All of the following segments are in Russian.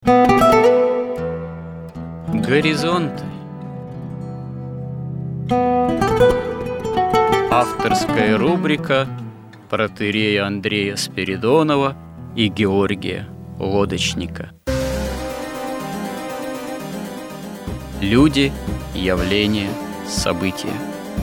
Горизонты. Авторская рубрика протоиерея Андрея Спиридонова и Георгия Лодочника. Люди, явления, события.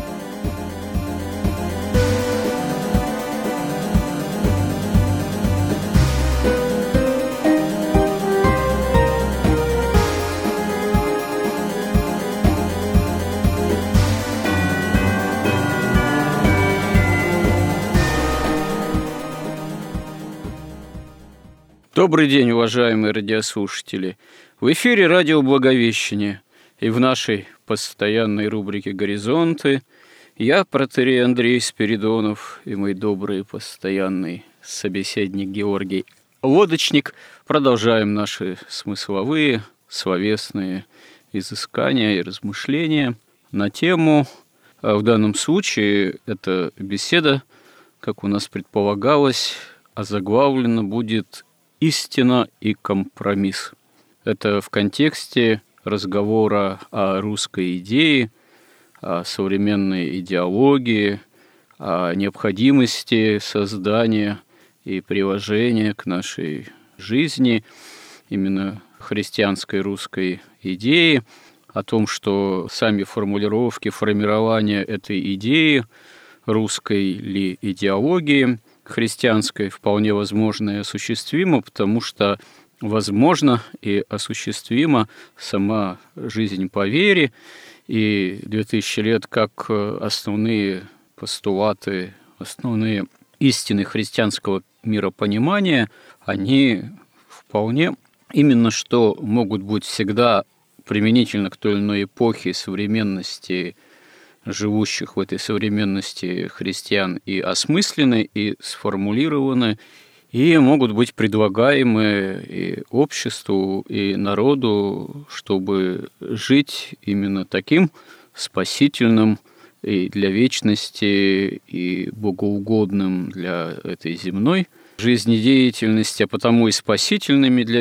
Добрый день, уважаемые радиослушатели! В эфире радио «Благовещение», и в нашей постоянной рубрике «Горизонты» я, протоиерей Андрей Спиридонов, и мой добрый постоянный собеседник Георгий Лодочник продолжаем наши смысловые, словесные изыскания и размышления на тему, в данном случае эта беседа, как у нас предполагалось, озаглавлена будет «Истина и компромисс». Это в контексте разговора о русской идее, о современной идеологии, о необходимости создания и приложения к нашей жизни именно христианской русской идеи, о том, что сами формулировки, формирование этой идеи, русской ли идеологии христианской, вполне возможно и осуществимо, потому что возможно и осуществима сама жизнь по вере, и 2000 лет как основные постулаты, основные истины христианского миропонимания, они вполне именно что могут быть всегда применительно к той или иной эпохе современности живущих в этой современности христиан и осмыслены, и сформулированы, и могут быть предлагаемы и обществу, и народу, чтобы жить именно таким спасительным и для вечности, и богоугодным для этой земной жизнедеятельности, а потому и спасительными для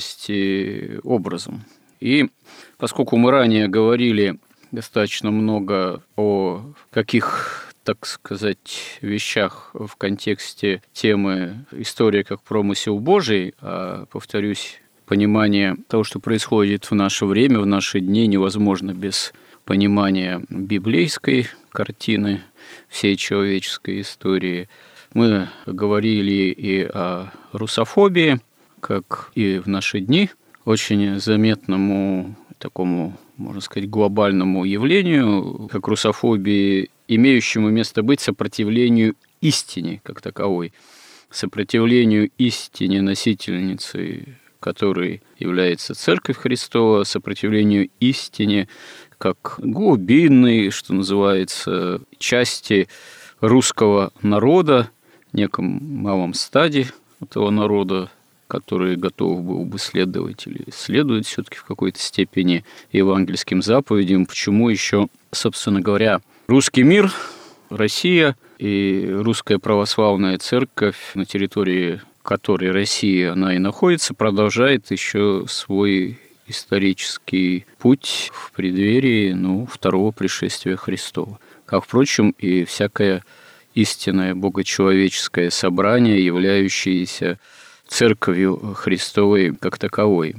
вечности образом. И поскольку мы ранее говорили достаточно много о каких, так сказать, вещах в контексте темы «История как промысел Божий», а, повторюсь, понимание того, что происходит в наше время, в наши дни, невозможно без понимания библейской картины всей человеческой истории. Мы говорили и о русофобии, как и в наши дни, очень заметному такому, можно сказать, глобальному явлению, как русофобии, имеющему место быть сопротивлению истине как таковой, сопротивлению истине, носительницей которой является Церковь Христова, сопротивлению истине как глубинной, что называется, части русского народа, неком малом стаде этого народа, который готов был бы следовать или следует все-таки в какой-то степени евангельским заповедям. Почему еще, собственно говоря, русский мир, Россия и русская православная церковь, на территории которой Россия она и находится, продолжает еще свой исторический путь в преддверии второго пришествия Христова. Как, впрочем, и всякое истинное богочеловеческое собрание, являющееся Церковью Христовой как таковой.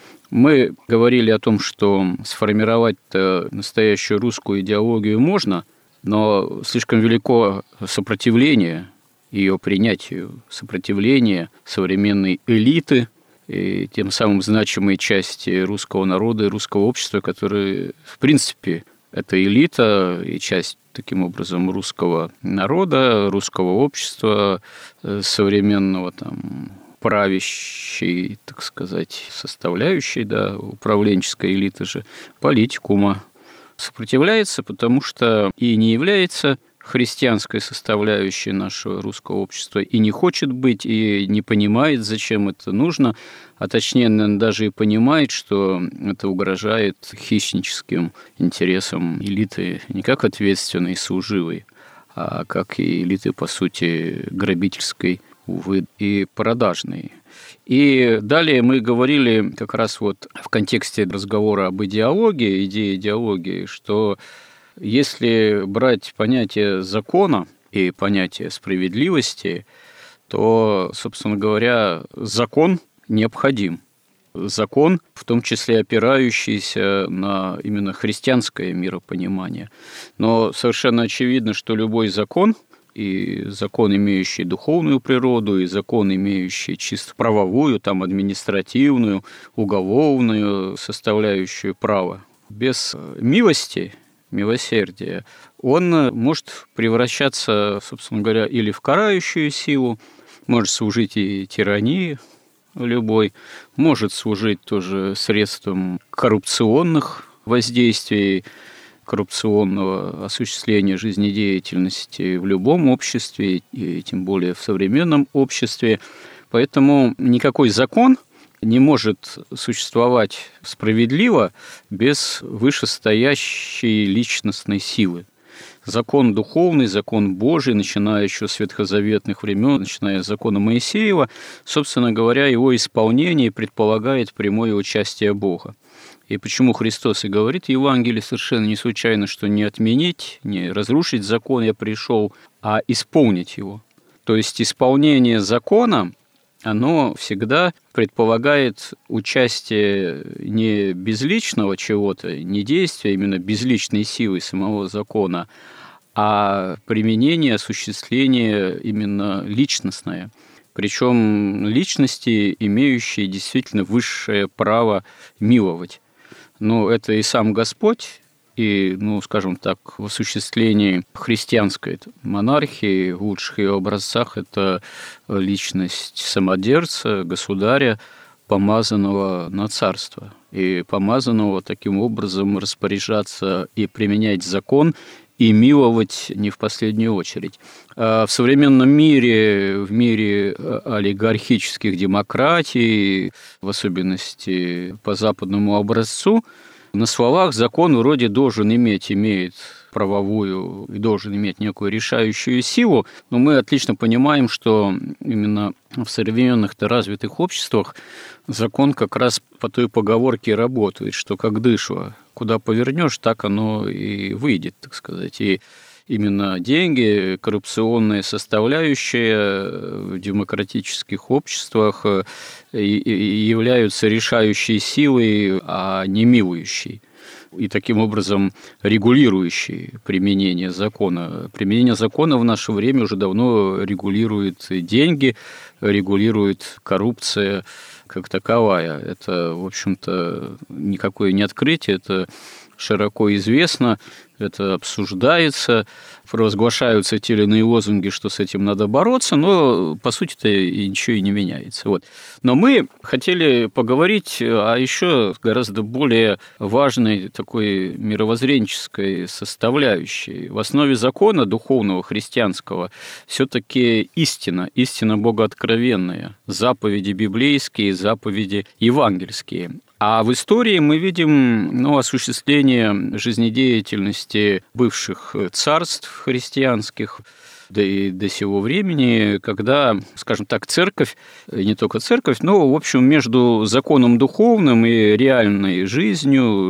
Мы говорили о том, что сформировать настоящую русскую идеологию можно, но слишком велико сопротивление ее принятию, сопротивление современной элиты и тем самым значимой части русского народа и русского общества, которые, в принципе, это элита и часть, таким образом, русского народа, русского общества, современного правящей, так сказать, составляющей, управленческой элиты же, политикума, сопротивляется, потому что и не является христианской составляющей нашего русского общества, и не хочет быть, и не понимает, зачем это нужно, а точнее, наверное, даже и понимает, что это угрожает хищническим интересам элиты не как ответственной и служивой, а как и элиты, по сути, грабительской, увы, и продажной. И далее мы говорили как раз вот в контексте разговора об идеологии, идее идеологии, что если брать понятие закона и понятие справедливости, то, собственно говоря, закон необходим. Закон, в том числе опирающийся на именно христианское миропонимание. Но совершенно очевидно, что любой закон, и закон, имеющий духовную природу, и закон, имеющий чисто правовую, там, административную, уголовную составляющую права, без милости, милосердия, он может превращаться, собственно говоря, или в карающую силу, может служить и тирании любой, может служить тоже средством коррупционных воздействий, коррупционного осуществления жизнедеятельности в любом обществе, и тем более в современном обществе. Поэтому никакой закон не может существовать справедливо без вышестоящей личностной силы. Закон духовный, закон Божий, начиная еще с ветхозаветных времен, начиная с закона Моисеева, собственно говоря, его исполнение предполагает прямое участие Бога. И почему Христос и говорит в Евангелии совершенно не случайно, что не отменить, не разрушить закон я пришел, а исполнить его. То есть исполнение закона, оно всегда предполагает участие не безличного чего-то, не действия именно безличной силы самого закона, а применение, осуществление именно личностное. Причем личности, имеющие действительно высшее право миловать. Но это и сам Господь, и, скажем так, в осуществлении христианской монархии в лучших ее образцах это личность самодержца, государя, помазанного на царство, и помазанного таким образом распоряжаться и применять закон, и миловать не в последнюю очередь. А в современном мире, в мире олигархических демократий, в особенности по западному образцу, на словах закон вроде имеет правовую и должен иметь некую решающую силу, но мы отлично понимаем, что именно в современных-то развитых обществах закон как раз по той поговорке работает, что как дышло, куда повернешь, так оно и выйдет, так сказать. И именно деньги, коррупционная составляющая в демократических обществах являются решающей силой, а не милующей. И таким образом регулирующей применение закона. Применение закона в наше время уже давно регулирует деньги, регулирует коррупция как таковая. Это, в общем-то, никакое не открытие, это широко известно, это обсуждается, провозглашаются те или иные лозунги, что с этим надо бороться, но, по сути-то, и ничего и не меняется. Вот. Но мы хотели поговорить о еще гораздо более важной такой мировоззренческой составляющей. В основе закона духовного, христианского, все-таки истина богооткровенная, заповеди библейские, заповеди евангельские. А в истории мы видим осуществление жизнедеятельности бывших царств христианских, да и до сего времени, когда, скажем так, церковь, не только церковь, но, в общем, между законом духовным и реальной жизнью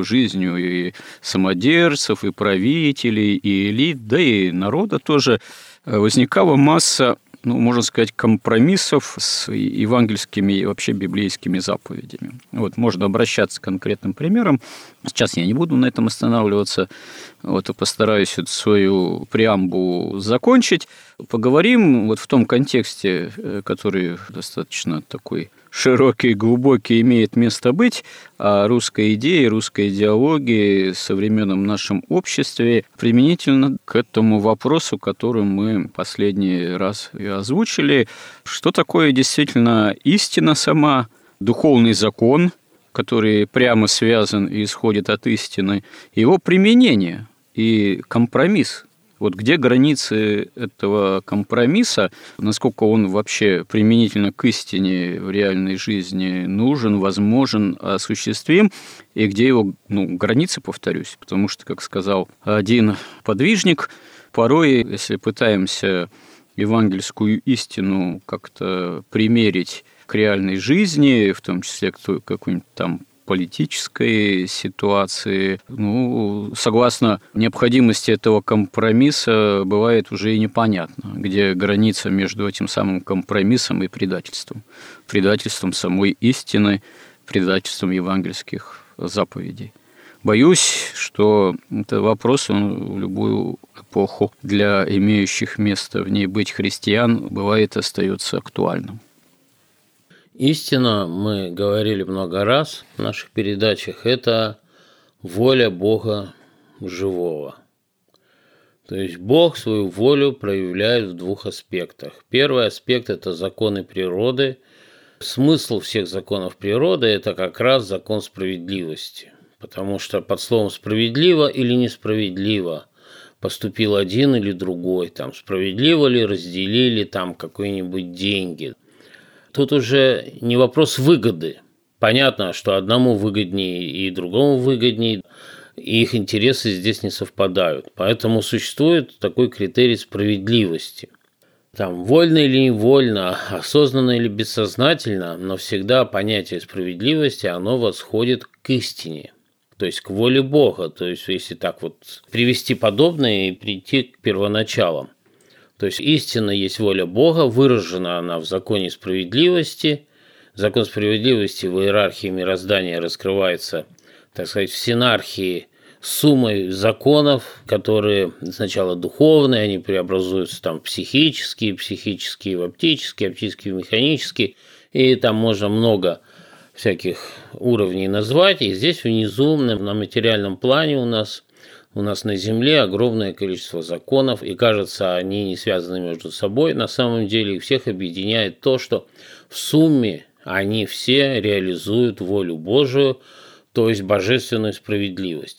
и самодержцев, и правителей, и элит, да и народа тоже, возникала масса, можно сказать, компромиссов с евангельскими и вообще библейскими заповедями. Вот, можно обращаться к конкретным примерам. Сейчас я не буду на этом останавливаться, и постараюсь эту свою преамбулу закончить. Поговорим в том контексте, который достаточно такой широкий, глубокий, имеет место быть, о русской идее, русской идеологии в современном нашем обществе применительно к этому вопросу, который мы последний раз и озвучили. Что такое действительно истина сама, духовный закон, который прямо связан и исходит от истины, его применение и компромисс. Где границы этого компромисса, насколько он вообще применительно к истине в реальной жизни нужен, возможен, осуществим, и где его границы, повторюсь, потому что, как сказал один подвижник, порой, если пытаемся евангельскую истину как-то примерить к реальной жизни, в том числе к какой-нибудь там политической ситуации. Согласно необходимости этого компромисса, бывает уже и непонятно, где граница между этим самым компромиссом и предательством. Предательством самой истины, предательством евангельских заповедей. Боюсь, что это вопрос, он в любую эпоху для имеющих место в ней быть христиан бывает остается актуальным. Истина, мы говорили много раз в наших передачах, это воля Бога живого. То есть Бог свою волю проявляет в двух аспектах. Первый аспект – это законы природы. Смысл всех законов природы – это как раз закон справедливости. Потому что под словом «справедливо» или «несправедливо» поступил один или другой. Там справедливо ли разделили там какие-нибудь деньги. Тут уже не вопрос выгоды. Понятно, что одному выгоднее и другому выгоднее, и их интересы здесь не совпадают. Поэтому существует такой критерий справедливости. Там, вольно или невольно, осознанно или бессознательно, но всегда понятие справедливости, оно восходит к истине, то есть к воле Бога. То есть, если так вот привести подобное и прийти к первоначалам. То есть истина есть воля Бога, выражена она в законе справедливости. Закон справедливости в иерархии мироздания раскрывается, так сказать, в синархии суммой законов, которые сначала духовные, они преобразуются там в психические в оптические, оптические в механические, и там можно много всяких уровней назвать. И здесь внизу, на материальном плане у нас на Земле огромное количество законов, и кажется, они не связаны между собой. На самом деле их всех объединяет то, что в сумме они все реализуют волю Божию, то есть божественную справедливость.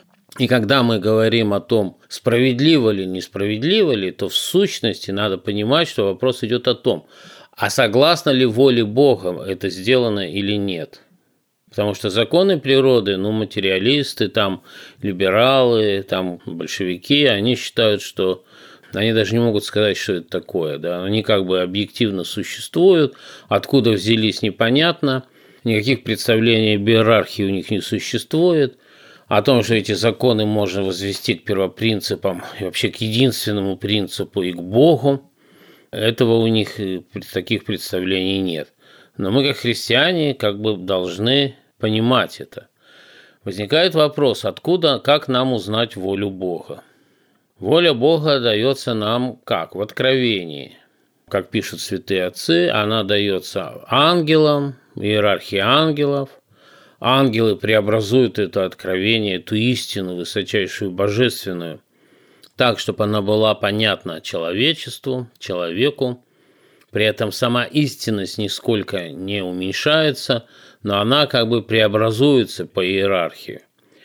И когда мы говорим о том, справедливо ли, несправедливо ли, то в сущности надо понимать, что вопрос идет о том, а согласно ли воле Бога это сделано или нет. Потому что законы природы, материалисты, там, либералы, там, большевики, они считают, что они даже не могут сказать, что это такое. Да? Они как бы объективно существуют, откуда взялись непонятно, никаких представлений об иерархии у них не существует. О том, что эти законы можно возвести к первопринципам и вообще к единственному принципу и к Богу, этого у них таких представлений нет. Но мы, как христиане, как бы должны понимать это. Возникает вопрос, откуда, как нам узнать волю Бога? Воля Бога дается нам как? В откровении. Как пишут святые отцы, она дается ангелам, иерархии ангелов. Ангелы преобразуют это откровение, эту истину высочайшую божественную, так, чтобы она была понятна человечеству, человеку. При этом сама истинность нисколько не уменьшается, но она как бы преобразуется по иерархии.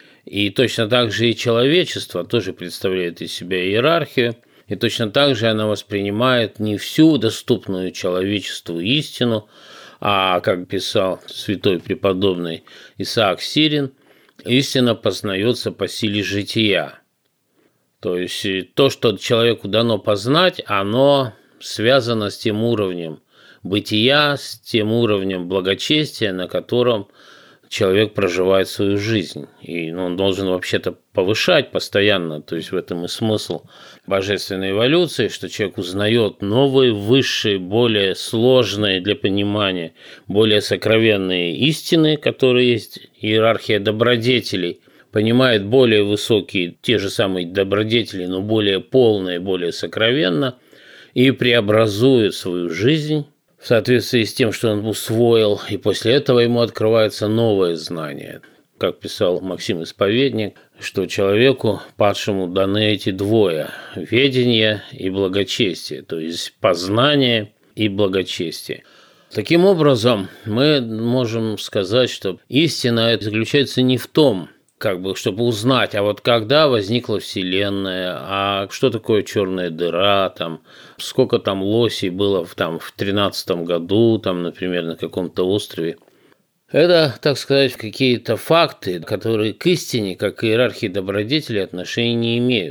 И точно так же и человечество тоже представляет из себя иерархию, и точно так же она воспринимает не всю доступную человечеству истину, а, как писал святой преподобный Исаак Сирин, истина познается по силе жития. То есть то, что человеку дано познать, оно связано с тем уровнем бытия, с тем уровнем благочестия, на котором человек проживает свою жизнь. И он должен вообще-то повышать постоянно, то есть в этом и смысл божественной эволюции, что человек узнает новые, высшие, более сложные для понимания, более сокровенные истины, которые есть иерархия добродетелей, понимает более высокие, те же самые добродетели, но более полные, более сокровенно, и преобразует свою жизнь в соответствии с тем, что он усвоил, и после этого ему открывается новое знание. Как писал Максим Исповедник, что человеку, падшему, даны эти двое – ведение и благочестие, то есть познание и благочестие. Таким образом, мы можем сказать, что истина заключается не в том, чтобы узнать, а вот когда возникла Вселенная, а что такое черная дыра, там, сколько там лосей было в 13-м году, там, например, на каком-то острове. Это, так сказать, какие-то факты, которые к истине, как к иерархии добродетелей, отношения не имеют.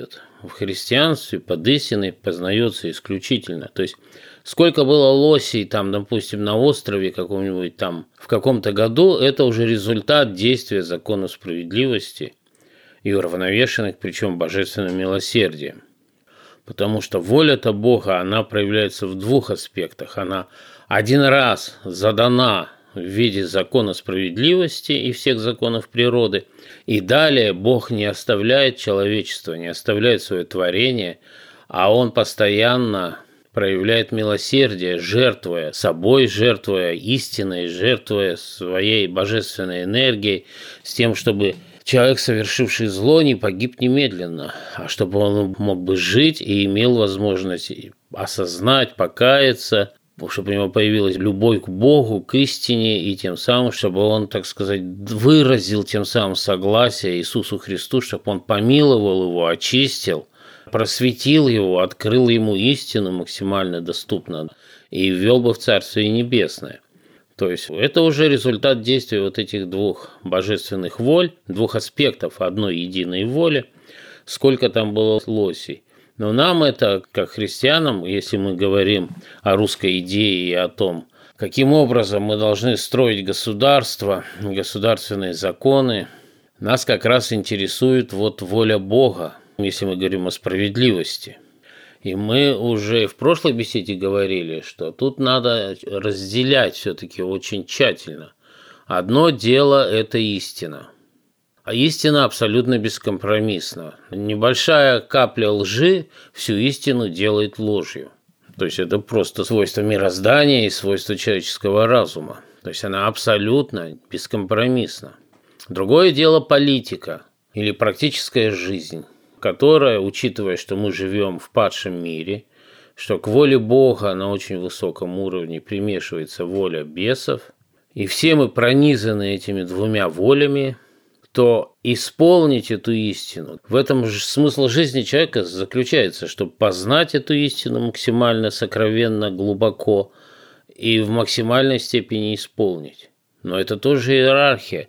в христианстве под истиной познается исключительно. То есть сколько было лосей там, допустим, на острове каком-нибудь там в каком-то году, это уже результат действия закона справедливости и уравновешенных, причем божественным милосердием. Потому что воля-то Бога, она проявляется в двух аспектах. Она один раз задана в виде закона справедливости и всех законов природы. И далее Бог не оставляет человечество, не оставляет свое творение, а Он постоянно проявляет милосердие, жертвуя собой, жертвуя истиной, жертвуя своей божественной энергией, с тем, чтобы человек, совершивший зло, не погиб немедленно, а чтобы он мог бы жить и имел возможность осознать, покаяться, чтобы у него появилась любовь к Богу, к истине, и тем самым, чтобы он, так сказать, выразил тем самым согласие Иисусу Христу, чтобы он помиловал его, очистил, просветил его, открыл ему истину максимально доступно и ввел бы в Царствие Небесное. То есть это уже результат действия вот этих двух божественных воль, двух аспектов одной единой воли, сколько там было лосей. Но нам это, как христианам, если мы говорим о русской идее и о том, каким образом мы должны строить государство, государственные законы, нас как раз интересует вот воля Бога, если мы говорим о справедливости. И мы уже в прошлой беседе говорили, что тут надо разделять все-таки очень тщательно. Одно дело – это истина. А истина абсолютно бескомпромиссна. Небольшая капля лжи всю истину делает ложью. То есть это просто свойство мироздания и свойство человеческого разума. То есть она абсолютно бескомпромиссна. Другое дело политика или практическая жизнь, которая, учитывая, что мы живем в падшем мире, что к воле Бога на очень высоком уровне примешивается воля бесов, и все мы пронизаны этими двумя волями, то исполнить эту истину. В этом же смысл жизни человека заключается, чтобы познать эту истину максимально сокровенно, глубоко и в максимальной степени исполнить. Но это тоже иерархия.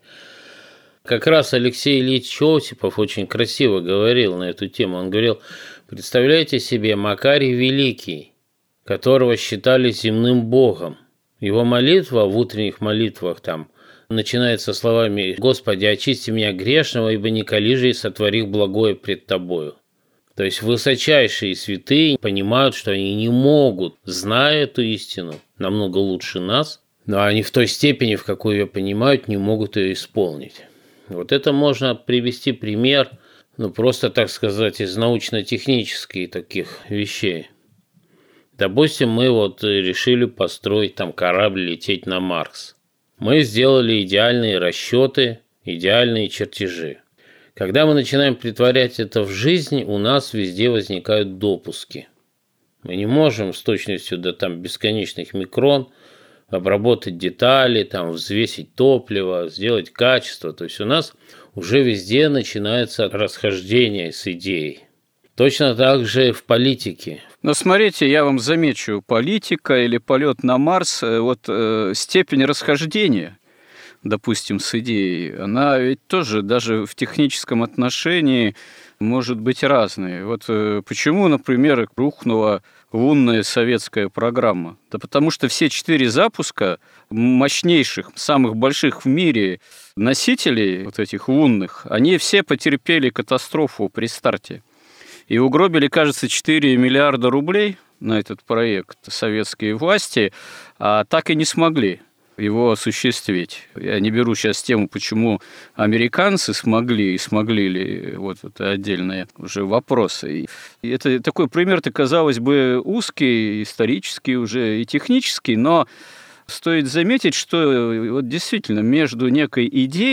Как раз Алексей Ильич Осипов очень красиво говорил на эту тему. Он говорил: представляете себе, Макарий Великий, которого считали земным богом. Его молитва в утренних молитвах там начинается словами: «Господи, очисти меня грешного, ибо не коли же и сотворих благое пред Тобою». То есть высочайшие святые понимают, что они не могут, зная эту истину намного лучше нас, но они в той степени, в какой ее понимают, не могут ее исполнить. Вот это можно привести пример, просто, так сказать, из научно-технических таких вещей. Допустим, мы решили построить там корабль, лететь на Марс. Мы сделали идеальные расчеты, идеальные чертежи. Когда мы начинаем притворять это в жизнь, у нас везде возникают допуски. Мы не можем с точностью до бесконечных микрон обработать детали, взвесить топливо, сделать качество. То есть у нас уже везде начинается расхождение с идеей. Точно так же в политике. Но смотрите, я вам замечу, политика или полет на Марс, степень расхождения, допустим, с идеей, она ведь тоже даже в техническом отношении может быть разной. Почему, например, рухнула лунная советская программа? Да потому что все 4 запуска мощнейших, самых больших в мире носителей этих лунных, они все потерпели катастрофу при старте. И угробили, кажется, 4 миллиарда рублей на этот проект советские власти, а так и не смогли его осуществить. Я не беру сейчас тему, почему американцы смогли и смогли ли, это отдельные уже вопросы. И это такой пример-то, казалось бы, узкий, исторический уже и технический, но стоит заметить, что действительно между некой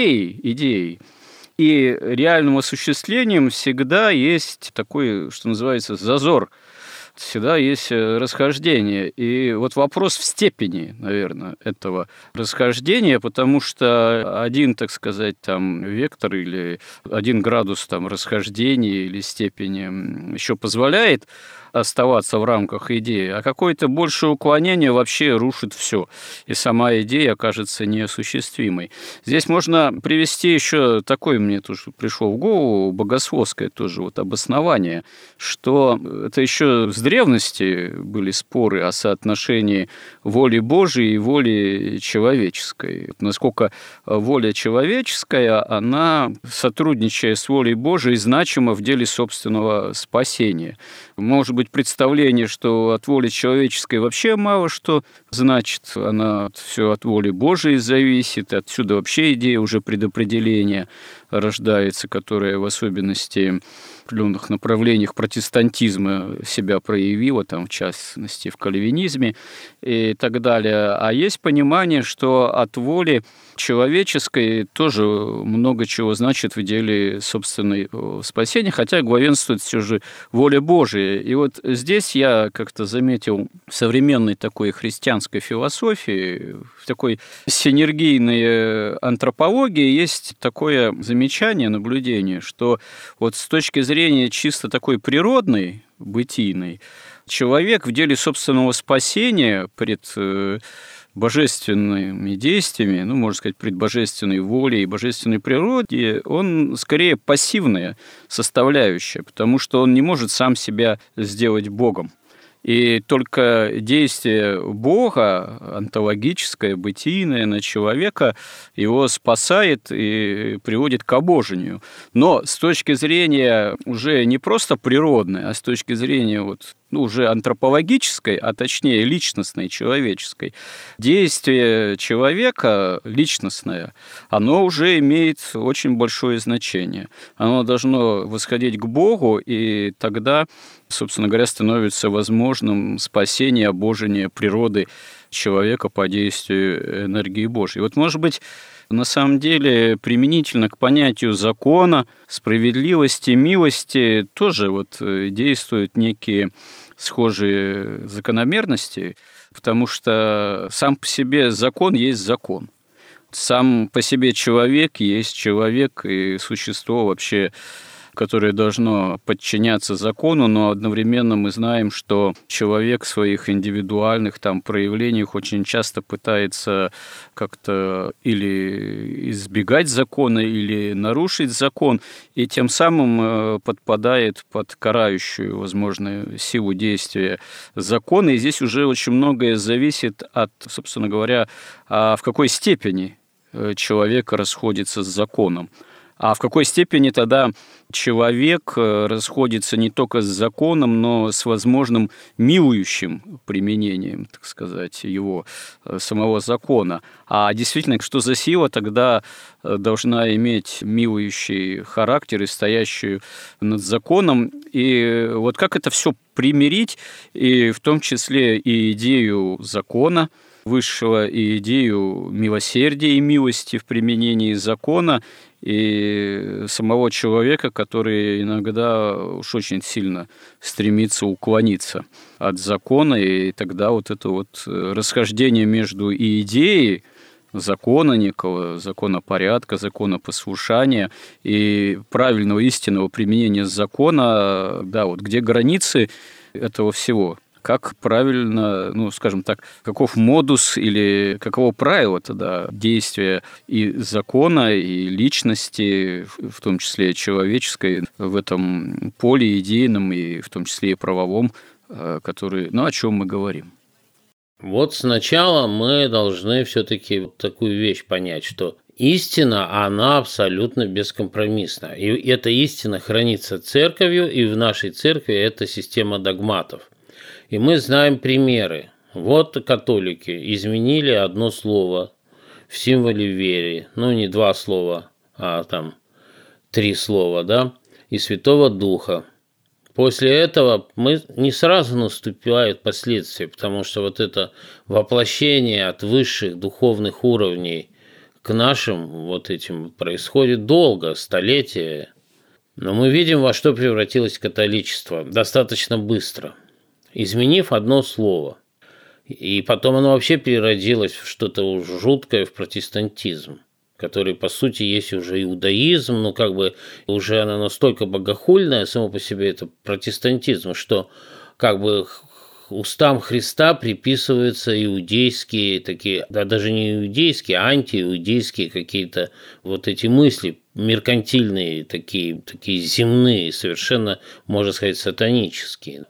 идеей и реальным осуществлением всегда есть такой, что называется, зазор. Всегда есть расхождение. И вопрос в степени, наверное, этого расхождения, потому что один, так сказать, вектор или 1 градус расхождения или степени еще позволяет оставаться в рамках идеи, а какое-то большее уклонение вообще рушит все, и сама идея окажется неосуществимой. Здесь можно привести еще такое, мне тоже пришло в голову, богословское тоже вот обоснование, что это еще с древности были споры о соотношении воли Божией и воли человеческой. Насколько воля человеческая, она, сотрудничая с волей Божией, значима в деле собственного спасения. Может быть, представление, что от воли человеческой вообще мало что значит, она все от воли Божией зависит, отсюда вообще идея уже предопределения рождается, которая в особенности в определенных направлениях протестантизма себя проявила, там, в частности, в кальвинизме и так далее. А есть понимание, что от воли человеческой тоже много чего значит в деле собственного спасения, хотя главенствует все же воля Божия. И вот здесь я как-то заметил в современной такой христианской философии, в такой синергийной антропологии есть такое замечание, наблюдение, что вот с точки зрения чисто такой природной, бытийной, человек в деле собственного спасения пред божественными действиями, ну, можно сказать, пред божественной волей и божественной природе, он скорее пассивная составляющая, потому что он не может сам себя сделать Богом. И только действие Бога, онтологическое, бытийное на человека, его спасает и приводит к обожению. Но с точки зрения уже не просто природной, а с точки зрения уже антропологической, а точнее личностной, человеческой, действие человека личностное, оно уже имеет очень большое значение. Оно должно восходить к Богу, и тогда, собственно говоря, становится возможным спасение, обожение природы человека по действию энергии Божьей. Вот, может быть, на самом деле, применительно к понятию закона, справедливости, милости тоже действуют некие схожие закономерности, потому что сам по себе закон есть закон. Сам по себе человек есть человек и существо вообще, которое должно подчиняться закону, но одновременно мы знаем, что человек в своих индивидуальных проявлениях очень часто пытается как-то или избегать закона, или нарушить закон, и тем самым подпадает под карающую, возможно, силу действия закона. И здесь уже очень многое зависит от, собственно говоря, в какой степени человек расходится с законом. А в какой степени тогда человек расходится не только с законом, но с возможным милующим применением, так сказать, его самого закона. А действительно, что за сила тогда должна иметь милующий характер и стоящую над законом? И вот как это все примирить, и в том числе и идею закона высшего, и идею милосердия и милости в применении закона, и самого человека, который иногда уж очень сильно стремится уклониться от закона, и тогда это расхождение между идеей закона некого, закона порядка, закона послушания и правильного истинного применения закона, где границы этого всего. Как правильно, скажем так, каков модус или каково правило тогда действия и закона, и личности, в том числе человеческой, в этом поле идейном и в том числе и правовом, о чем мы говорим. Вот сначала мы должны все-таки такую вещь понять, что истина, она абсолютно бескомпромиссна. И эта истина хранится церковью, и в нашей церкви это система догматов. И мы знаем примеры. Вот католики изменили одно слово в символе веры. Не 2 слова, а 3 слова, да? И Святого Духа. После этого не сразу наступают последствия, потому что это воплощение от высших духовных уровней к нашим этим происходит долго, столетия. Но мы видим, во что превратилось католичество достаточно быстро, изменив одно слово. И потом оно вообще переродилось в что-то жуткое, в протестантизм, который, по сути, есть уже иудаизм, уже оно настолько богохульное само по себе, это протестантизм, что как бы устам Христа приписываются иудейские такие, да даже не иудейские, а антииудейские какие-то вот эти мысли, меркантильные, такие земные, совершенно, можно сказать, сатанические.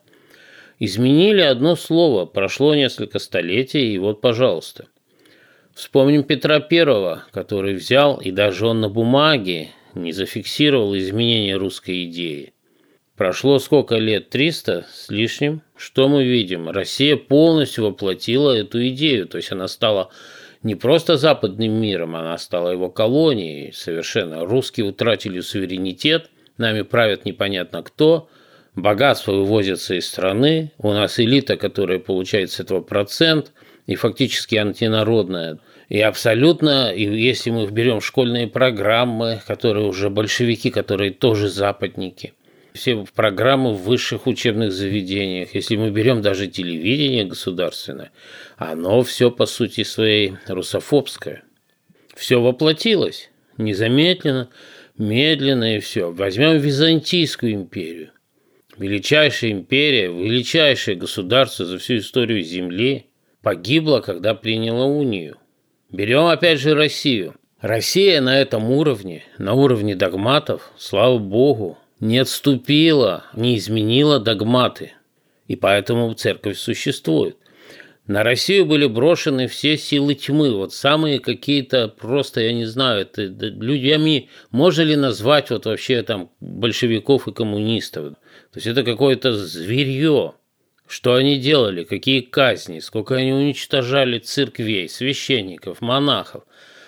Изменили одно слово, прошло несколько столетий, и вот, пожалуйста. Вспомним Петра I, который взял, и даже он на бумаге не зафиксировал изменения русской идеи. Прошло сколько лет? 300 с лишним. Что мы видим? Россия полностью воплотила эту идею. То есть она стала не просто западным миром, она стала его колонией совершенно. Русские утратили суверенитет, нами правят непонятно кто, богатство вывозится из страны, у нас элита, которая получает с этого процент, и фактически антинародная. И абсолютно, и если мы берем школьные программы, которые уже большевики, которые тоже западники, все программы в высших учебных заведениях, если мы берем даже телевидение государственное, оно все по сути своей русофобское. Все воплотилось незамедленно, медленно и все. Возьмем Византийскую империю. Величайшая империя, величайшее государство за всю историю Земли погибло, когда приняло унию. Берем опять же Россию. Россия на этом уровне, на уровне догматов, слава богу, не отступила, не изменила догматы. И поэтому церковь существует. На Россию были брошены все силы тьмы. Вот самые какие-то просто, я не знаю, это людьми можно ли назвать вот вообще там большевиков и коммунистов? То есть это какое-то зверье. Что они делали, какие казни, сколько они уничтожали церквей, священников, монахов.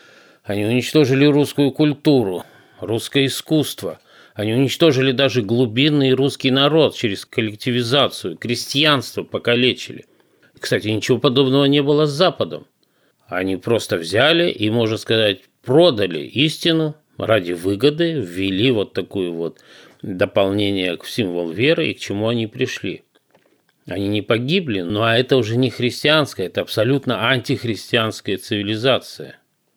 Они уничтожили русскую культуру, русское искусство. Они уничтожили даже глубинный русский народ через коллективизацию, крестьянство покалечили. Кстати, ничего подобного не было с Западом. Они просто взяли и, можно сказать, продали истину ради выгоды, ввели вот такое вот дополнение к символу веры и к чему они пришли. Они не погибли, но это уже не христианская, это абсолютно антихристианская цивилизация.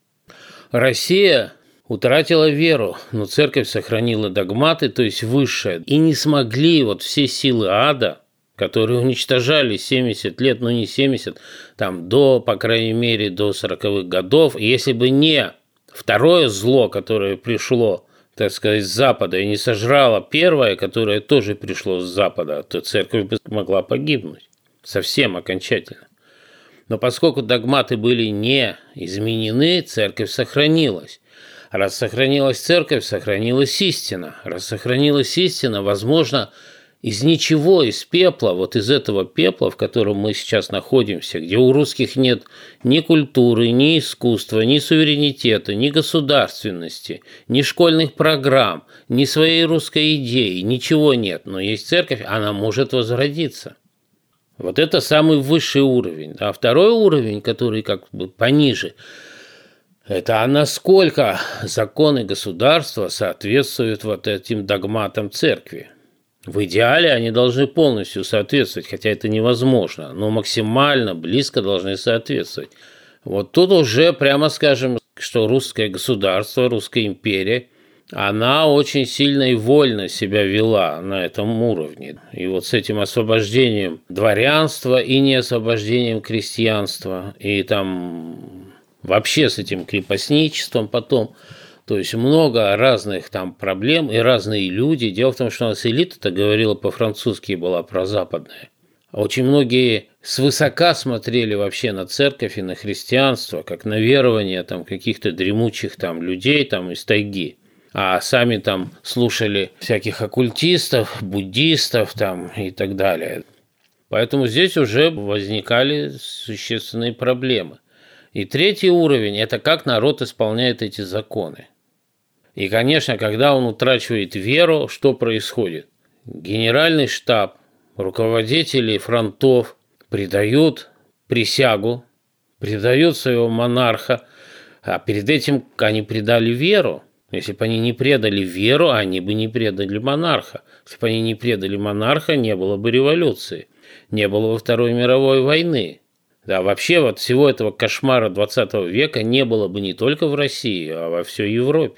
Россия утратила веру, но церковь сохранила догматы, то есть высшее. И не смогли вот все силы ада, которые уничтожали 70 лет, ну не 70, там до, по крайней мере, до 40-х годов. Если бы не второе зло, которое пришло, так сказать, с Запада, и не сожрало первое, которое тоже пришло с Запада, то церковь бы могла погибнуть совсем окончательно. Но поскольку догматы были не изменены, церковь сохранилась. Раз сохранилась церковь, сохранилась истина. Раз сохранилась истина, возможно, из ничего, из пепла, вот из этого пепла, в котором мы сейчас находимся, где у русских нет ни культуры, ни искусства, ни суверенитета, ни государственности, ни школьных программ, ни своей русской идеи, ничего нет, но есть церковь, она может возродиться. Вот это самый высший уровень. А второй уровень, который как бы пониже, это насколько законы государства соответствуют вот этим догматам церкви. В идеале они должны полностью соответствовать, хотя это невозможно, но максимально близко должны соответствовать. Вот тут уже прямо скажем, что русское государство, русская империя, она очень сильно и вольно себя вела на этом уровне. И вот с этим освобождением дворянства и неосвобождением крестьянства, и там вообще с этим крепостничеством потом, то есть много разных там проблем и разные люди. Дело в том, что у нас элита-то говорила по-французски, была прозападная. Очень многие свысока смотрели вообще на церковь и на христианство, как на верование там каких-то дремучих там людей там из тайги. А сами там слушали всяких оккультистов, буддистов там и так далее. Поэтому здесь уже возникали существенные проблемы. И третий уровень – это как народ исполняет эти законы. И, конечно, когда он утрачивает веру, что происходит? Генеральный штаб, руководители фронтов предают присягу, предают своего монарха, а перед этим они предали веру. Если бы они не предали веру, они бы не предали монарха. Если бы они не предали монарха, не было бы революции, не было бы Второй мировой войны. Да, вообще вот всего этого кошмара 20 века не было бы не только в России, а во всей Европе.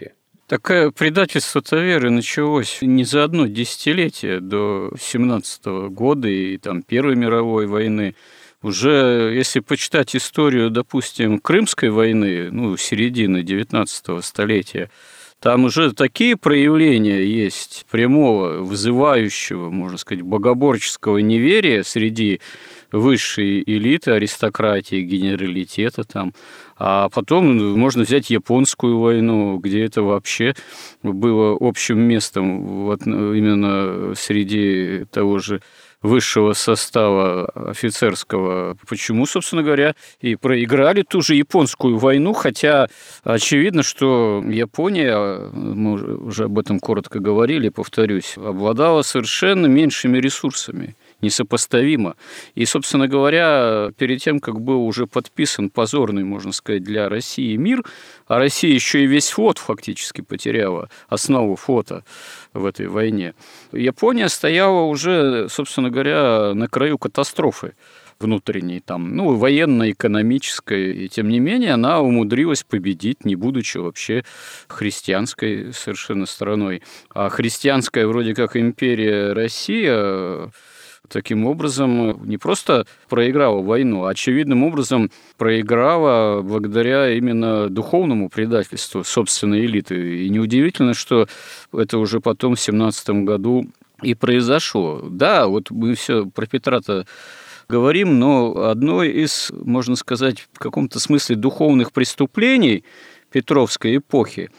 Такое предательство-то веры началось не за одно десятилетие до 17 года и там Первой мировой войны. Уже, если почитать историю, допустим, Крымской войны, середины 19 столетия, там уже такие проявления есть прямого, вызывающего, можно сказать, богоборческого неверия среди высшей элиты, аристократии, генералитета там. А потом можно взять Японскую войну, где это вообще было общим местом вот именно среди того же высшего состава офицерского. Почему, собственно говоря, и проиграли ту же Японскую войну, хотя очевидно, что Япония, мы уже об этом коротко говорили, повторюсь, обладала совершенно меньшими ресурсами, несопоставимо. И, собственно говоря, перед тем, как был уже подписан позорный, можно сказать, для России мир, а Россия еще и весь флот фактически потеряла, основу флота в этой войне, Япония стояла уже, собственно говоря, на краю катастрофы внутренней, военной, экономической, и тем не менее она умудрилась победить, не будучи вообще христианской совершенно страной. А христианская вроде как империя Россия таким образом не просто проиграла войну, а очевидным образом проиграла благодаря именно духовному предательству собственной элиты. И неудивительно, что это уже потом в 17 году и произошло. Да, вот мы все про Петра-то говорим, но одно из, можно сказать, в каком-то смысле духовных преступлений Петровской эпохи,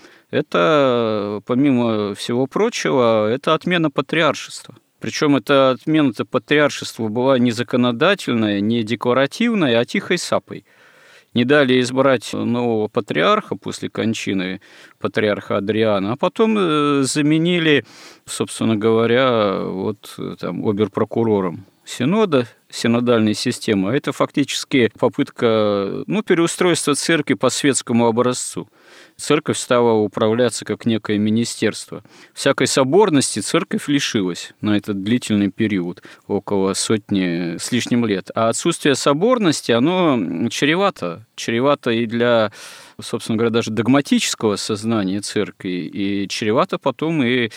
это, помимо всего прочего, это отмена патриаршества. Причем эта отмена патриаршества была не законодательная, не декларативная, а тихой сапой. Не дали избрать нового патриарха после кончины патриарха Адриана, а потом заменили, собственно говоря, оберпрокурором Синода, синодальной системы. Это фактически попытка переустройства церкви по светскому образцу. Церковь стала управляться как некое министерство. Всякой соборности церковь лишилась на этот длительный период, около сотни с лишним лет. А отсутствие соборности, оно чревато и для, собственно говоря, даже догматического сознания церкви, и чревато потом и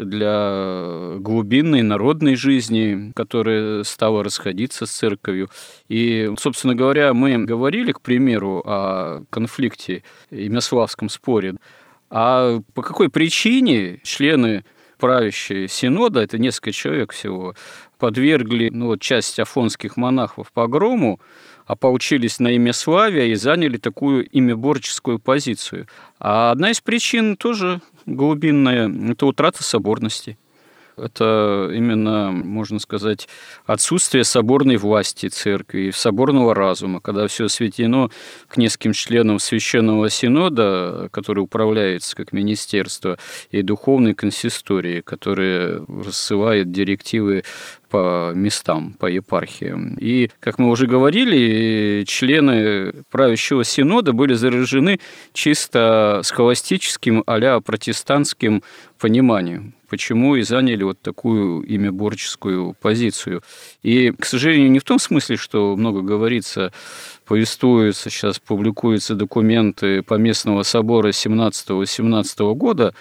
для глубинной народной жизни, которая стала расходиться с церковью. И, собственно говоря, мы говорили, к примеру, о конфликте и Мяславском споре. А по какой причине члены правящей Синода, это несколько человек всего, подвергли часть афонских монахов погрому, ополчились на имя Славия и заняли такую имяборческую позицию. А одна из причин тоже глубинная – это утрата соборности. Это именно, можно сказать, отсутствие соборной власти церкви, соборного разума, когда все сведено к нескольким членам Священного Синода, который управляется как министерство, и духовной консистории, которая рассылает директивы по местам, по епархиям. И, как мы уже говорили, члены правящего синода были заражены чисто схоластическим а-ля протестантским пониманием, почему и заняли вот такую имяборческую позицию. И, к сожалению, не в том смысле, что много говорится, повествуются, сейчас публикуются документы Поместного собора 17-18 года,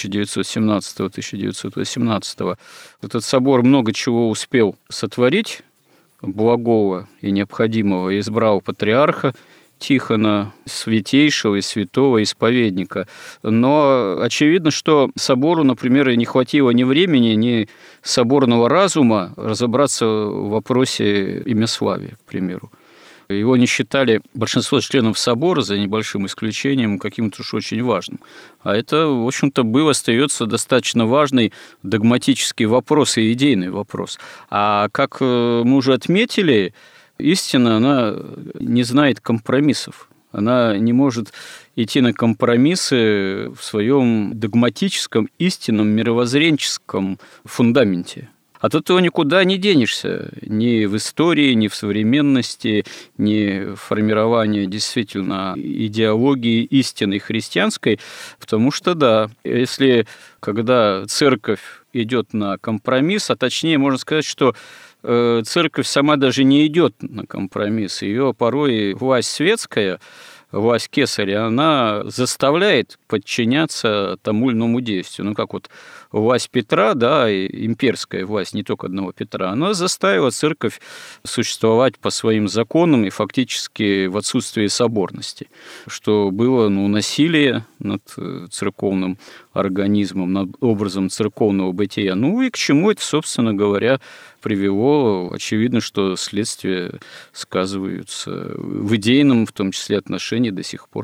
1917-1918. Этот собор много чего успел сотворить благого и необходимого, избрал патриарха Тихона, святейшего и святого исповедника. Но очевидно, что собору, например, не хватило ни времени, ни соборного разума разобраться в вопросе имяславия, к примеру. Его не считали большинство членов собора, за небольшим исключением, каким-то уж очень важным. А это, в общем-то, был, остается достаточно важный догматический вопрос и идейный вопрос. А как мы уже отметили, истина, она не знает компромиссов. Она не может идти на компромиссы в своем догматическом, истинном, мировоззренческом фундаменте. От этого никуда не денешься, ни в истории, ни в современности, ни в формировании действительно идеологии истинной христианской, потому что, да, если когда церковь идет на компромисс, а точнее можно сказать, что церковь сама даже не идет на компромисс, ее порой власть светская власть кесаря, она заставляет подчиняться тому или иному действию. Ну, как вот власть Петра, да, и имперская власть, не только одного Петра, она заставила церковь существовать по своим законам и фактически в отсутствии соборности, что было, насилие над церковным организмом, над образом церковного бытия. Ну и к чему это, собственно говоря, привело? Очевидно, что следствия сказываются в идейном, в том числе, отношении до сих пор.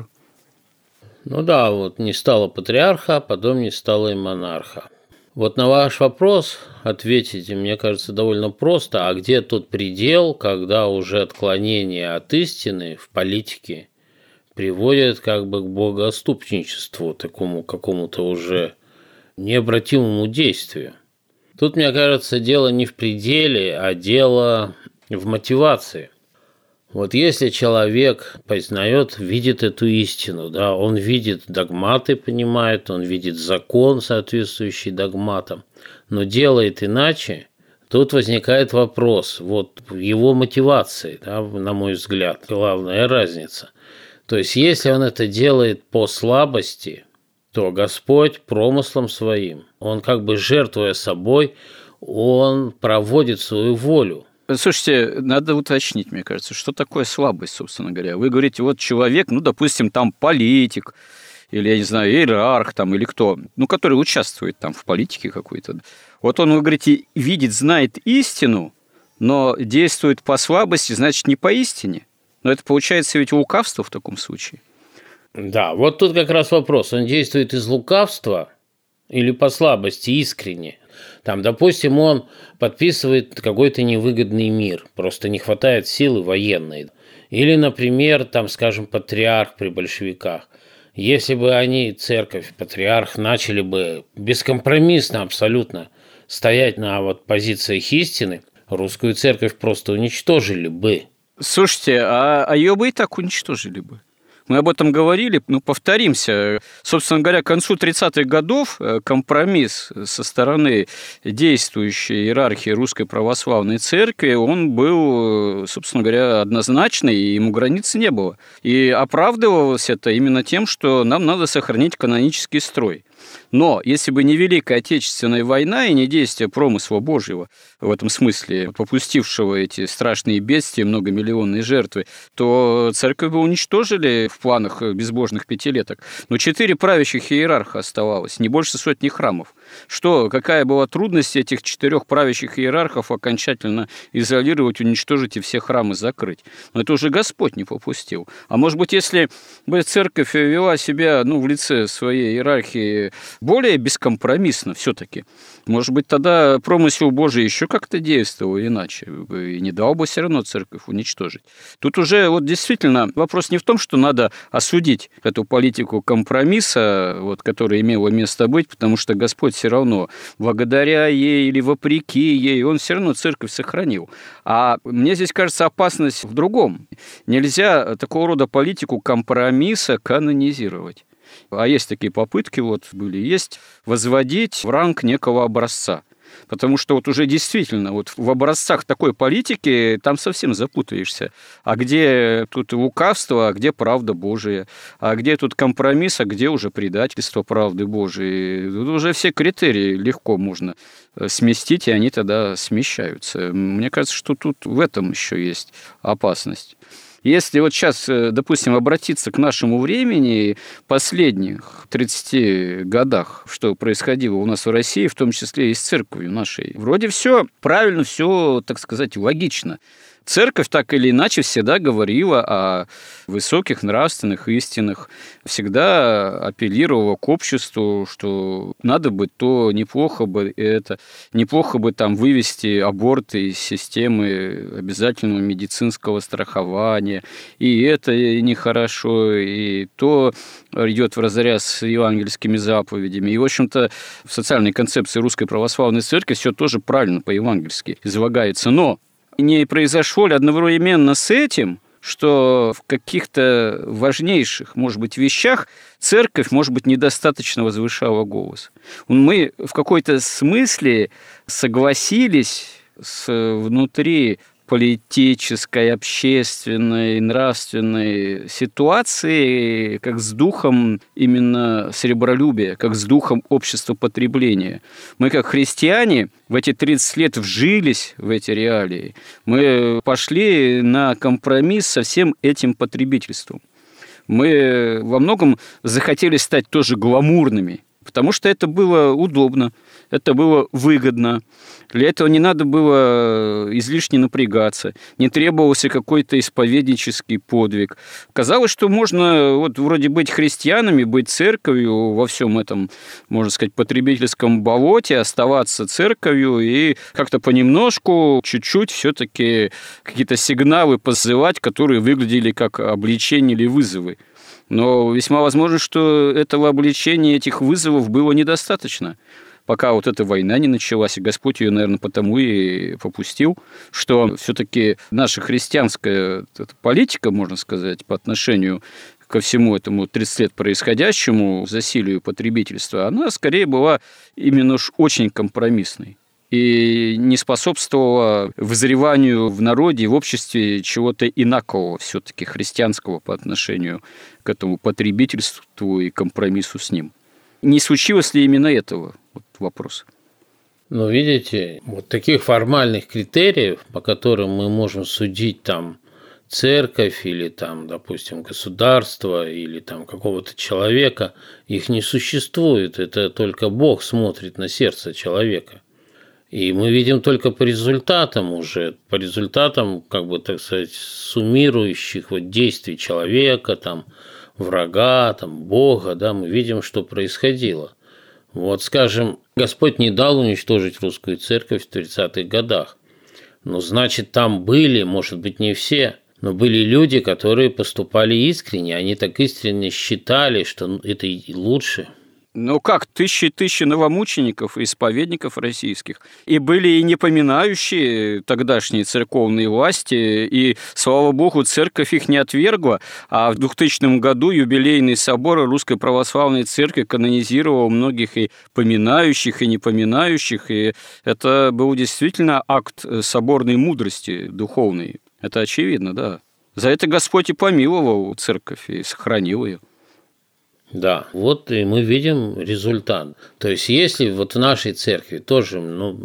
Ну да, вот не стало патриарха, а потом не стало и монарха. Вот на ваш вопрос ответите, мне кажется, довольно просто. А где тот предел, когда уже отклонение от истины в политике приводит как бы к богоотступничеству, такому какому-то уже необратимому действию? Тут, мне кажется, дело не в пределе, а дело в мотивации. Вот если человек познает, видит эту истину, да, он видит догматы, понимает, он видит закон, соответствующий догматам, но делает иначе, тут возникает вопрос, вот его мотивации, да, на мой взгляд, главная разница. То есть, если он это делает по слабости, то Господь промыслом своим, он как бы жертвуя собой, он проводит свою волю. Слушайте, надо уточнить, мне кажется, что такое слабость, собственно говоря. Вы говорите, вот человек, допустим, там политик, или, я не знаю, иерарх там, или кто, который участвует там в политике какой-то. Вот он, вы говорите, видит, знает истину, но действует по слабости, значит, не по истине. Но это получается ведь лукавство в таком случае. Да, вот тут как раз вопрос, он действует из лукавства или по слабости искренне? Там, допустим, он подписывает какой-то невыгодный мир, просто не хватает силы военной. Или, например, там, скажем, патриарх при большевиках. Если бы они, церковь, патриарх, начали бы бескомпромиссно абсолютно стоять на вот позициях истины, русскую церковь просто уничтожили бы. Слушайте, а ее бы и так уничтожили бы. Мы об этом говорили, повторимся. Собственно говоря, к концу 30-х годов компромисс со стороны действующей иерархии Русской Православной Церкви, он был, собственно говоря, однозначный, и ему границы не было. И оправдывалось это именно тем, что нам надо сохранить канонический строй. Но если бы не Великая Отечественная война и не действие промысла Божьего, в этом смысле попустившего эти страшные бедствия, многомиллионные жертвы, то церковь бы уничтожили в планах безбожных пятилеток. Но 4 правящих иерарха оставалось, не больше сотни храмов. Какая была трудность этих 4 правящих иерархов окончательно изолировать, уничтожить и все храмы закрыть? Но это уже Господь не попустил. А может быть, если бы церковь вела себя в лице своей иерархии более бескомпромиссно все-таки, может быть, тогда промысел Божий еще как-то действовал иначе, и не дал бы все равно церковь уничтожить. Тут уже действительно вопрос не в том, что надо осудить эту политику компромисса, которая имела место быть, потому что Господь все равно, благодаря ей или вопреки ей, он все равно церковь сохранил. А мне здесь кажется опасность в другом. Нельзя такого рода политику компромисса канонизировать. А есть такие попытки, есть возводить в ранг некого образца. Потому что уже действительно в образцах такой политики там совсем запутаешься. А где тут лукавство, а где правда Божия? А где тут компромисс, а где уже предательство правды Божией? Тут уже все критерии легко можно сместить, и они тогда смещаются. Мне кажется, что тут в этом еще есть опасность. Если сейчас, допустим, обратиться к нашему времени, последних 30 годах, что происходило у нас в России, в том числе и с церковью нашей, вроде все правильно, все, так сказать, логично. Церковь так или иначе всегда говорила о высоких нравственных истинах, всегда апеллировала к обществу, что надо бы то, неплохо бы это, неплохо бы там вывести аборты из системы обязательного медицинского страхования, и это нехорошо, и то идет вразрез с евангельскими заповедями. И, в общем-то, в социальной концепции Русской Православной Церкви все тоже правильно по-евангельски излагается. Но не произошло ли одновременно с этим, что в каких-то важнейших, может быть, вещах церковь, может быть, недостаточно возвышала голос? Мы в какой-то смысле согласились с внутри политической, общественной, нравственной ситуации, как с духом именно сребролюбия, как с духом общества потребления. Мы, как христиане, в эти 30 лет вжились в эти реалии. Мы пошли на компромисс со всем этим потребительством. Мы во многом захотели стать тоже гламурными, потому что это было удобно, это было выгодно. Для этого не надо было излишне напрягаться, не требовался какой-то исповеднический подвиг. Казалось, что можно вот вроде быть христианами, быть церковью во всем этом, можно сказать, потребительском болоте, оставаться церковью и как-то понемножку, чуть-чуть все-таки какие-то сигналы посылать, которые выглядели как обличения или вызовы. Но весьма возможно, что этого обличения, этих вызовов было недостаточно, пока вот эта война не началась, и Господь ее, наверное, потому и попустил, что все-таки наша христианская политика, можно сказать, по отношению ко всему этому 30 лет происходящему засилию потребительства, она скорее была именно уж очень компромиссной и не способствовала вызреванию в народе и в обществе чего-то инакового, все-таки христианского по отношению к этому потребительству и компромиссу с ним. Не случилось ли именно этого? Вот вопрос. Но видите, вот таких формальных критериев, по которым мы можем судить там церковь или там, допустим, государство или там какого-то человека, их не существует. Это только Бог смотрит на сердце человека. И мы видим только по результатам уже, по результатам, как бы, так сказать, суммирующих вот действий человека, там, врага, там, Бога, да, мы видим, что происходило. Вот, скажем, Господь не дал уничтожить русскую церковь в 30-х годах. Ну, значит, там были, может быть, не все, но были люди, которые поступали искренне, они так искренне считали, что это и лучше. Ну как, тысячи новомучеников и исповедников российских. И были и не поминающие тогдашние церковные власти, и, слава богу, церковь их не отвергла, а в 2000 году юбилейный собор Русской Православной Церкви канонизировал многих и поминающих, и не поминающих, и это был действительно акт соборной мудрости духовной. Это очевидно, да. За это Господь и помиловал церковь, и сохранил ее. Да, вот и мы видим результат. То есть, если вот в нашей церкви тоже,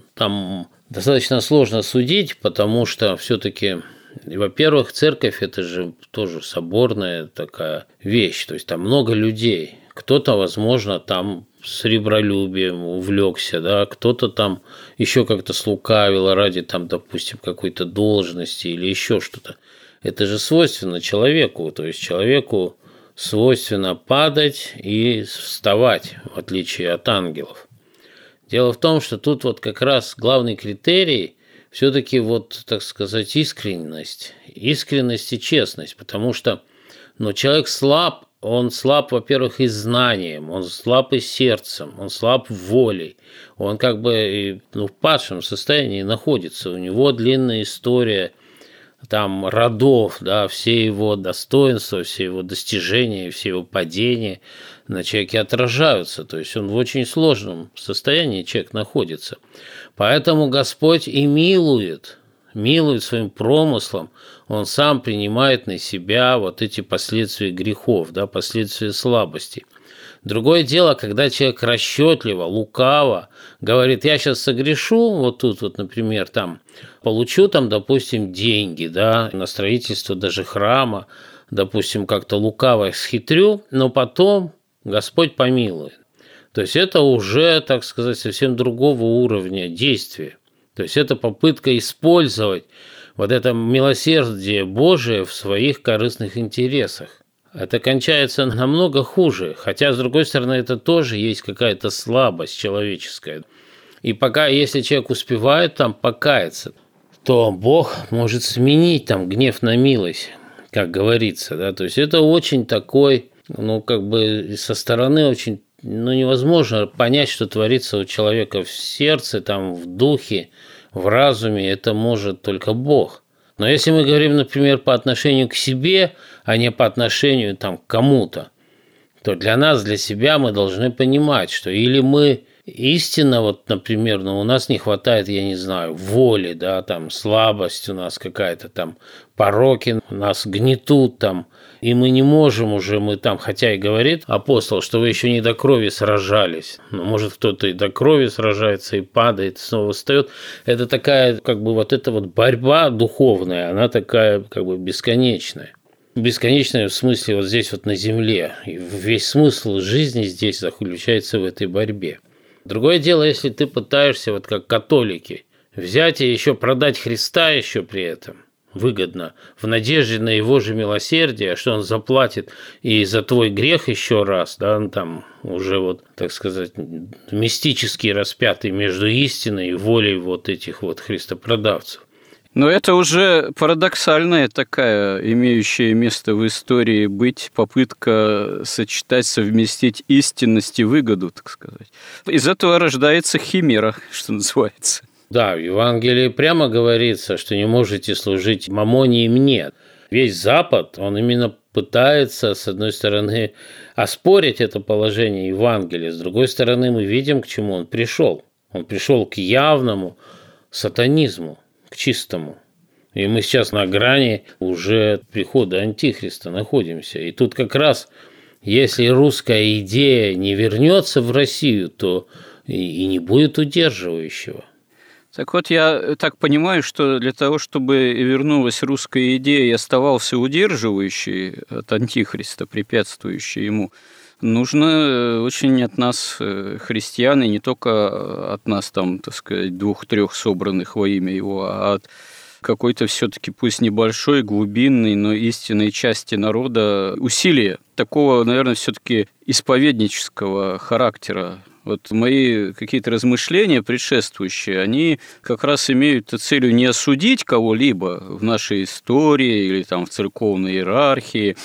там достаточно сложно судить, потому что все-таки, во-первых, церковь – это же тоже соборная такая вещь, то есть там много людей. Кто-то, возможно, там с ребролюбием увлекся, да, кто-то там еще как-то слукавил ради, там, допустим, какой-то должности или еще что-то. Это же свойственно человеку, то есть человеку свойственно падать и вставать, в отличие от ангелов. Дело в том, что тут вот как раз главный критерий все-таки вот, так сказать, искренность и честность, потому что человек слаб, он слаб, во-первых, и знанием, он слаб и сердцем, он слаб волей, он как бы в падшем состоянии находится, у него длинная история там родов, да, все его достоинства, все его достижения, все его падения на человеке отражаются. То есть он в очень сложном состоянии человек находится. Поэтому Господь и милует своим промыслом, Он сам принимает на себя вот эти последствия грехов, да, последствия слабости. Другое дело, когда человек расчетливо, лукаво говорит, я сейчас согрешу, вот тут вот, например, там, получу там, допустим, деньги, да, на строительство даже храма, допустим, как-то лукаво схитрю, но потом Господь помилует. То есть это уже, так сказать, совсем другого уровня действия. То есть это попытка использовать вот это милосердие Божие в своих корыстных интересах. Это кончается намного хуже, хотя, с другой стороны, это тоже есть какая-то слабость человеческая. И пока, если человек успевает там покаяться, то Бог может сменить там гнев на милость, как говорится, да, то есть это очень такой, как бы со стороны очень, невозможно понять, что творится у человека в сердце, там, в духе, в разуме, это может только Бог. Но если мы говорим, например, по отношению к себе, а не по отношению там, к кому-то, то для нас, для себя мы должны понимать, что или мы истина, вот, например, у нас не хватает, я не знаю, воли, да, там слабость у нас какая-то, там пороки нас гнетут, там, и мы не можем уже, мы там, хотя и говорит апостол, что вы еще не до крови сражались, но может кто-то и до крови сражается, и падает, и снова встает. Это такая, как бы, вот эта вот борьба духовная, она такая, как бы, бесконечная. Бесконечная в смысле вот здесь вот на земле. И весь смысл жизни здесь заключается в этой борьбе. Другое дело, если ты пытаешься, вот как католики, взять и еще продать Христа еще при этом выгодно, в надежде на его же милосердие, что он заплатит и за твой грех еще раз, да, он там уже вот, так сказать, мистически распятый между истиной и волей вот этих вот христопродавцев. Но это уже парадоксальная такая, имеющая место в истории быть, попытка сочетать, совместить истинность и выгоду, так сказать. Из этого рождается химера, что называется. Да, в Евангелии прямо говорится, что не можете служить мамоне и мне. Весь Запад, он именно пытается, с одной стороны, оспорить это положение Евангелия, с другой стороны, мы видим, к чему он пришел. Он пришел к явному сатанизму, к чистому. И мы сейчас на грани уже прихода Антихриста находимся. И тут как раз, если русская идея не вернется в Россию, то и не будет удерживающего. Так вот, я так понимаю, что для того, чтобы вернулась русская идея и оставался удерживающий от Антихриста, препятствующий ему, нужно очень от нас, христиан, и не только от нас, там, так сказать, 2-3 собранных во имя его, а от какой-то все-таки, пусть небольшой, глубинной, но истинной части народа усилия такого, наверное, все-таки исповеднического характера. Вот мои какие-то размышления предшествующие, они как раз имеют целью не осудить кого-либо в нашей истории или там в церковной иерархии,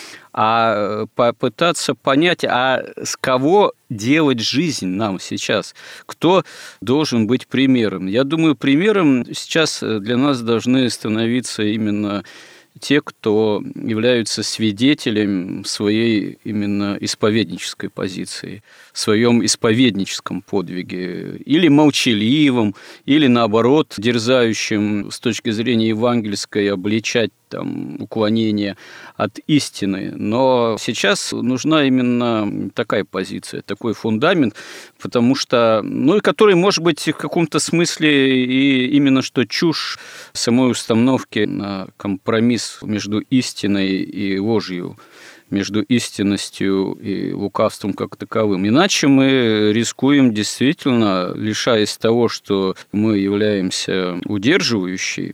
а попытаться понять, а с кого делать жизнь нам сейчас, кто должен быть примером. Я думаю, примером сейчас для нас должны становиться именно те, кто являются свидетелем своей именно исповеднической позиции, в своем исповедническом подвиге, или молчаливым, или наоборот дерзающим с точки зрения евангельской обличать там уклонение от истины. Но сейчас нужна именно такая позиция, такой фундамент, потому что, и который может быть в каком-то смысле и именно что чушь самой установки на компромисс между истиной и ложью, между истинностью и лукавством как таковым. Иначе мы рискуем действительно, лишаясь того, что мы являемся удерживающей,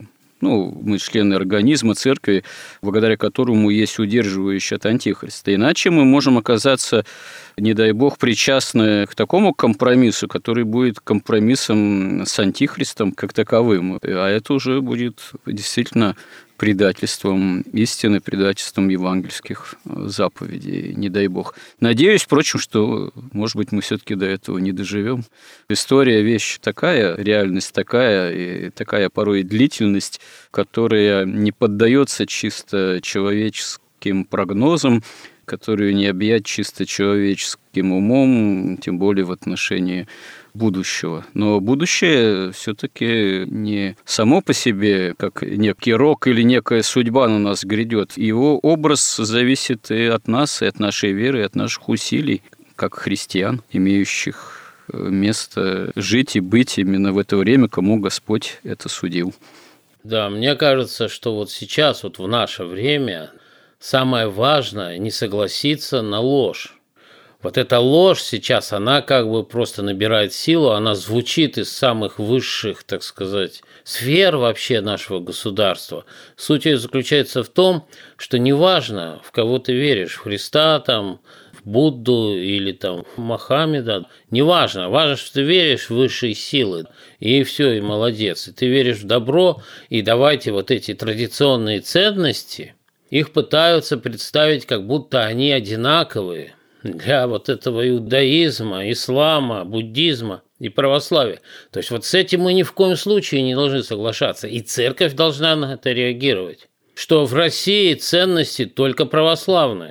мы члены организма, церкви, благодаря которому есть удерживающий от Антихриста. Иначе мы можем оказаться, не дай бог, причастны к такому компромиссу, который будет компромиссом с Антихристом как таковым. А это уже будет действительно предательством истины, предательством евангельских заповедей, не дай бог. Надеюсь, впрочем, что, может быть, мы все-таки до этого не доживем. История – вещь такая, реальность такая, и такая порой длительность, которая не поддается чисто человеческим прогнозам, которую не объять чисто человеческим умом, тем более в отношении будущего. Но будущее все-таки не само по себе, как некий рок или некая судьба на нас грядет. Его образ зависит и от нас, и от нашей веры, и от наших усилий, как христиан, имеющих место жить и быть именно в это время, кому Господь это судил. Да, мне кажется, что вот сейчас, вот в наше время, самое важное – не согласиться на ложь. Вот эта ложь сейчас, она как бы просто набирает силу, она звучит из самых высших, так сказать, сфер вообще нашего государства. Суть ее заключается в том, что неважно, в кого ты веришь, в Христа, там, в Будду или там, в Мохаммеда, неважно, важно, что ты веришь в высшие силы, и все, и молодец. И ты веришь в добро, и давайте вот эти традиционные ценности, их пытаются представить, как будто они одинаковые для вот этого иудаизма, ислама, буддизма и православия. То есть вот с этим мы ни в коем случае не должны соглашаться. И церковь должна на это реагировать. Что в России ценности только православные.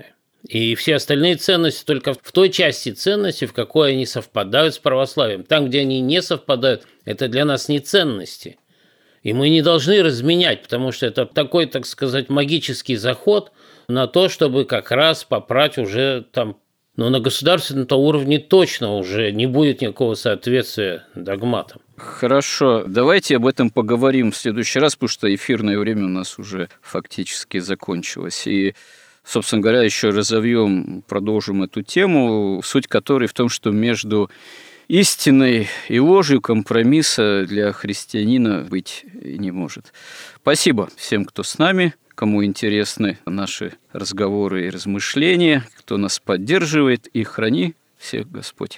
И все остальные ценности только в той части ценностей, в какой они совпадают с православием. Там, где они не совпадают, это для нас не ценности. И мы не должны разменять, потому что это такой, так сказать, магический заход на то, чтобы как раз попрать уже там, но на государственном уровне точно уже не будет никакого соответствия догматам. Хорошо, давайте об этом поговорим в следующий раз, потому что эфирное время у нас уже фактически закончилось. И, собственно говоря, еще разовьем, продолжим эту тему, суть которой в том, что между истиной и ложью компромисса для христианина быть не может. Спасибо всем, кто с нами, кому интересны наши разговоры и размышления, кто нас поддерживает, и храни всех Господь.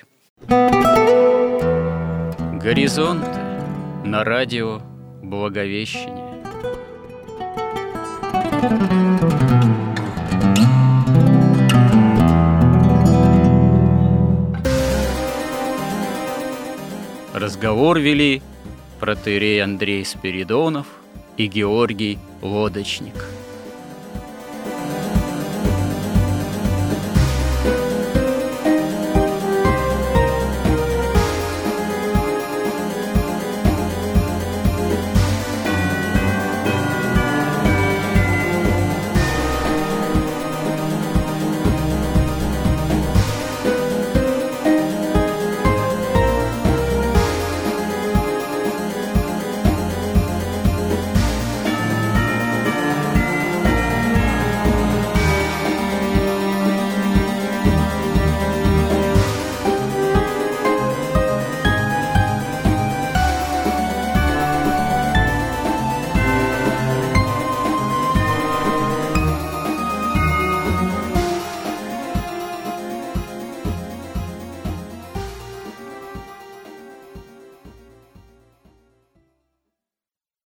Горизонт на радио Благовещение. Разговор вели протоиерей Андрей Спиридонов и Георгий Лодочник.